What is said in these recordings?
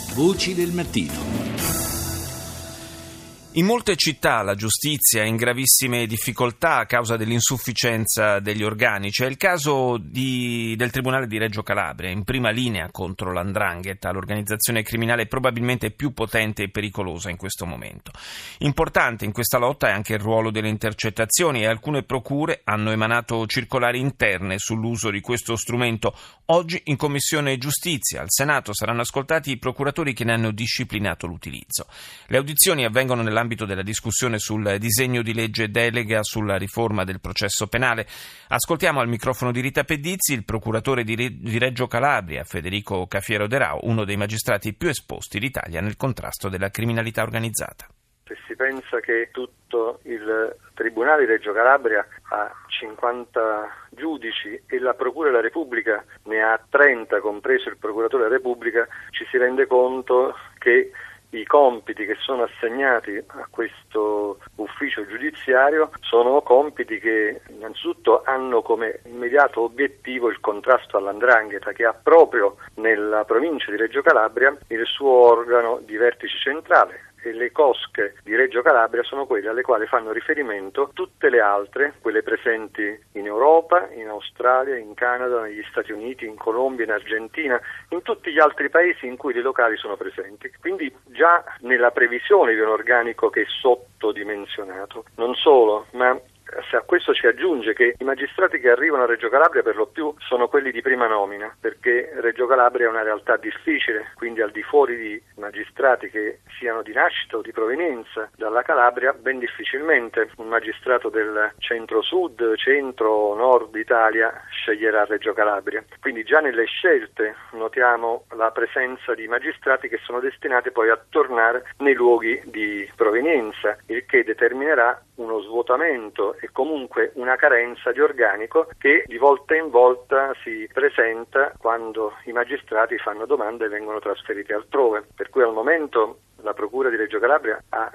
Voci del mattino. In molte città la giustizia è in gravissime difficoltà a causa dell'insufficienza degli organici. È il caso del Tribunale di Reggio Calabria, in prima linea contro l''ndrangheta, l'organizzazione criminale probabilmente più potente e pericolosa in questo momento. Importante in questa lotta è anche il ruolo delle intercettazioni e alcune procure hanno emanato circolari interne sull'uso di questo strumento. Oggi in Commissione Giustizia al Senato saranno ascoltati i procuratori che ne hanno disciplinato l'utilizzo. Le audizioni avvengono nell'ambito della discussione sul disegno di legge delega sulla riforma del processo penale. Ascoltiamo al microfono di Rita Pedizzi il procuratore di Reggio Calabria, Federico Cafiero De Rao, uno dei magistrati più esposti d'Italia nel contrasto della criminalità organizzata. Se si pensa che tutto il Tribunale di Reggio Calabria ha 50 giudici e la Procura della Repubblica ne ha 30, compreso il Procuratore della Repubblica, ci si rende conto che i compiti che sono assegnati a questo ufficio giudiziario sono compiti che innanzitutto hanno come immediato obiettivo il contrasto all''ndrangheta, che ha proprio nella provincia di Reggio Calabria il suo organo di vertice centrale. E le cosche di Reggio Calabria sono quelle alle quali fanno riferimento tutte le altre, quelle presenti in Europa, in Australia, in Canada, negli Stati Uniti, in Colombia, in Argentina, in tutti gli altri paesi in cui i locali sono presenti. Quindi già nella previsione di un organico che è sottodimensionato. Non solo, ma se a questo ci aggiunge che i magistrati che arrivano a Reggio Calabria per lo più sono quelli di prima nomina, perché Reggio Calabria è una realtà difficile, quindi al di fuori di magistrati che siano di nascita o di provenienza dalla Calabria, ben difficilmente un magistrato del centro-sud, centro-nord Italia sceglierà Reggio Calabria. Quindi già nelle scelte notiamo la presenza di magistrati che sono destinati poi a tornare nei luoghi di provenienza, il che determinerà uno svuotamento e comunque una carenza di organico che di volta in volta si presenta quando i magistrati fanno domande e vengono trasferiti altrove. Per cui al momento la Procura di Reggio Calabria ha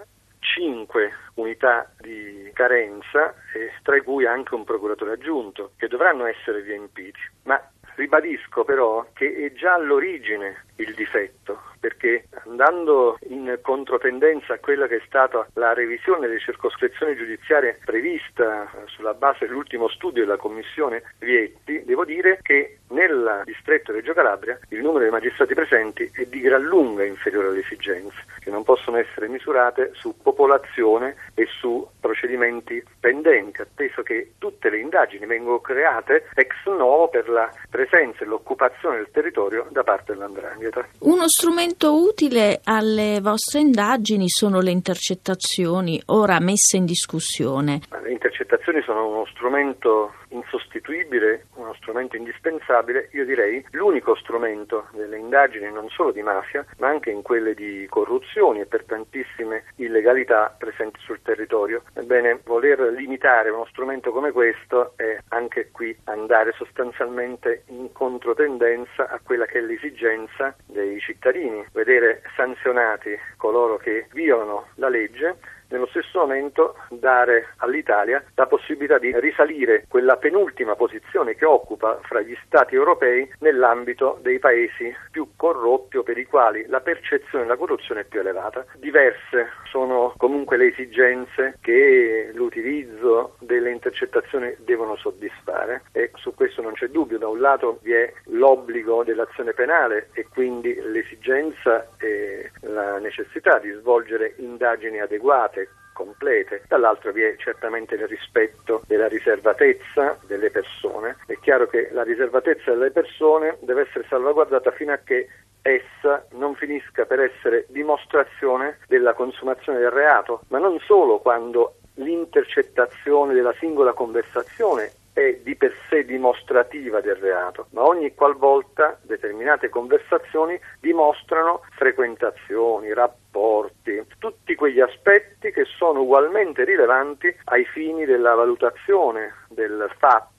5 unità di carenza, tra cui anche un procuratore aggiunto, che dovranno essere riempiti. Ma ribadisco però che è già all'origine il difetto, perché andando in controtendenza a quella che è stata la revisione delle circoscrizioni giudiziarie prevista sulla base dell'ultimo studio della Commissione Vietti, devo dire che nel distretto di Reggio Calabria il numero dei magistrati presenti è di gran lunga inferiore alle esigenze, che non possono essere misurate su popolazione e su procedimenti pendenti, atteso che tutte le indagini vengono create ex novo per la presenza e l'occupazione del territorio da parte dell''ndrangheta. Uno strumento utile alle vostre indagini sono le intercettazioni, ora messe in discussione. Le intercettazioni sono uno strumento insostituibile, uno strumento indispensabile, io direi l'unico strumento delle indagini non solo di mafia, ma anche in quelle di corruzioni e per tantissime illegalità presenti sul territorio. Ebbene, voler limitare uno strumento come questo è anche qui andare sostanzialmente in controtendenza a quella che è l'esigenza dei cittadini, vedere sanzionati coloro che violano la legge, nello stesso momento dare all'Italia la possibilità di risalire quella penultima posizione che occupa fra gli Stati europei nell'ambito dei paesi più corrotti o per i quali la percezione della corruzione è più elevata. Diverse sono comunque le esigenze che l'utilizzo delle intercettazioni devono soddisfare e su questo non c'è dubbio. Da un lato vi è l'obbligo dell'azione penale e quindi l'esigenza e la necessità di svolgere indagini adeguate, complete, dall'altro vi è certamente il rispetto della riservatezza delle persone. È chiaro che la riservatezza delle persone deve essere salvaguardata fino a che essa non finisca per essere dimostrazione della consumazione del reato, ma non solo quando l'intercettazione della singola conversazione è di per sé dimostrativa del reato, ma ogni qualvolta determinate conversazioni dimostrano frequentazioni, rapporti, tutti quegli aspetti che sono ugualmente rilevanti ai fini della valutazione del fatto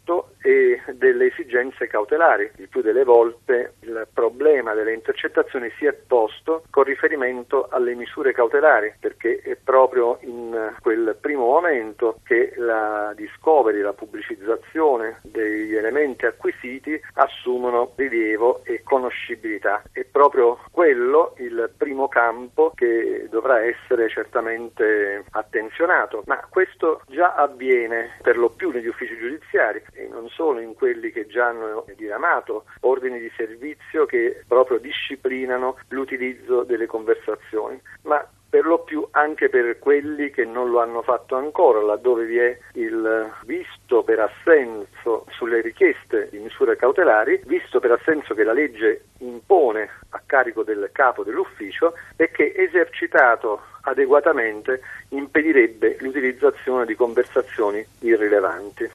dell'arresto e delle esigenze cautelari. Il più delle volte il problema delle intercettazioni si è posto con riferimento alle misure cautelari, perché è proprio in quel primo momento che la discovery, la pubblicizzazione degli elementi acquisiti assumono rilievo e conoscibilità. È proprio quello il primo campo che dovrà essere certamente attenzionato, ma questo già avviene per lo più negli uffici giudiziari e non solo in quelli che già hanno diramato ordini di servizio che proprio disciplinano l'utilizzo delle conversazioni, ma per lo più anche per quelli che non lo hanno fatto ancora, laddove vi è il visto per assenso sulle richieste di misure cautelari, visto per assenso che la legge impone a carico del capo dell'ufficio e che esercitato adeguatamente impedirebbe l'utilizzazione di conversazioni irrilevanti.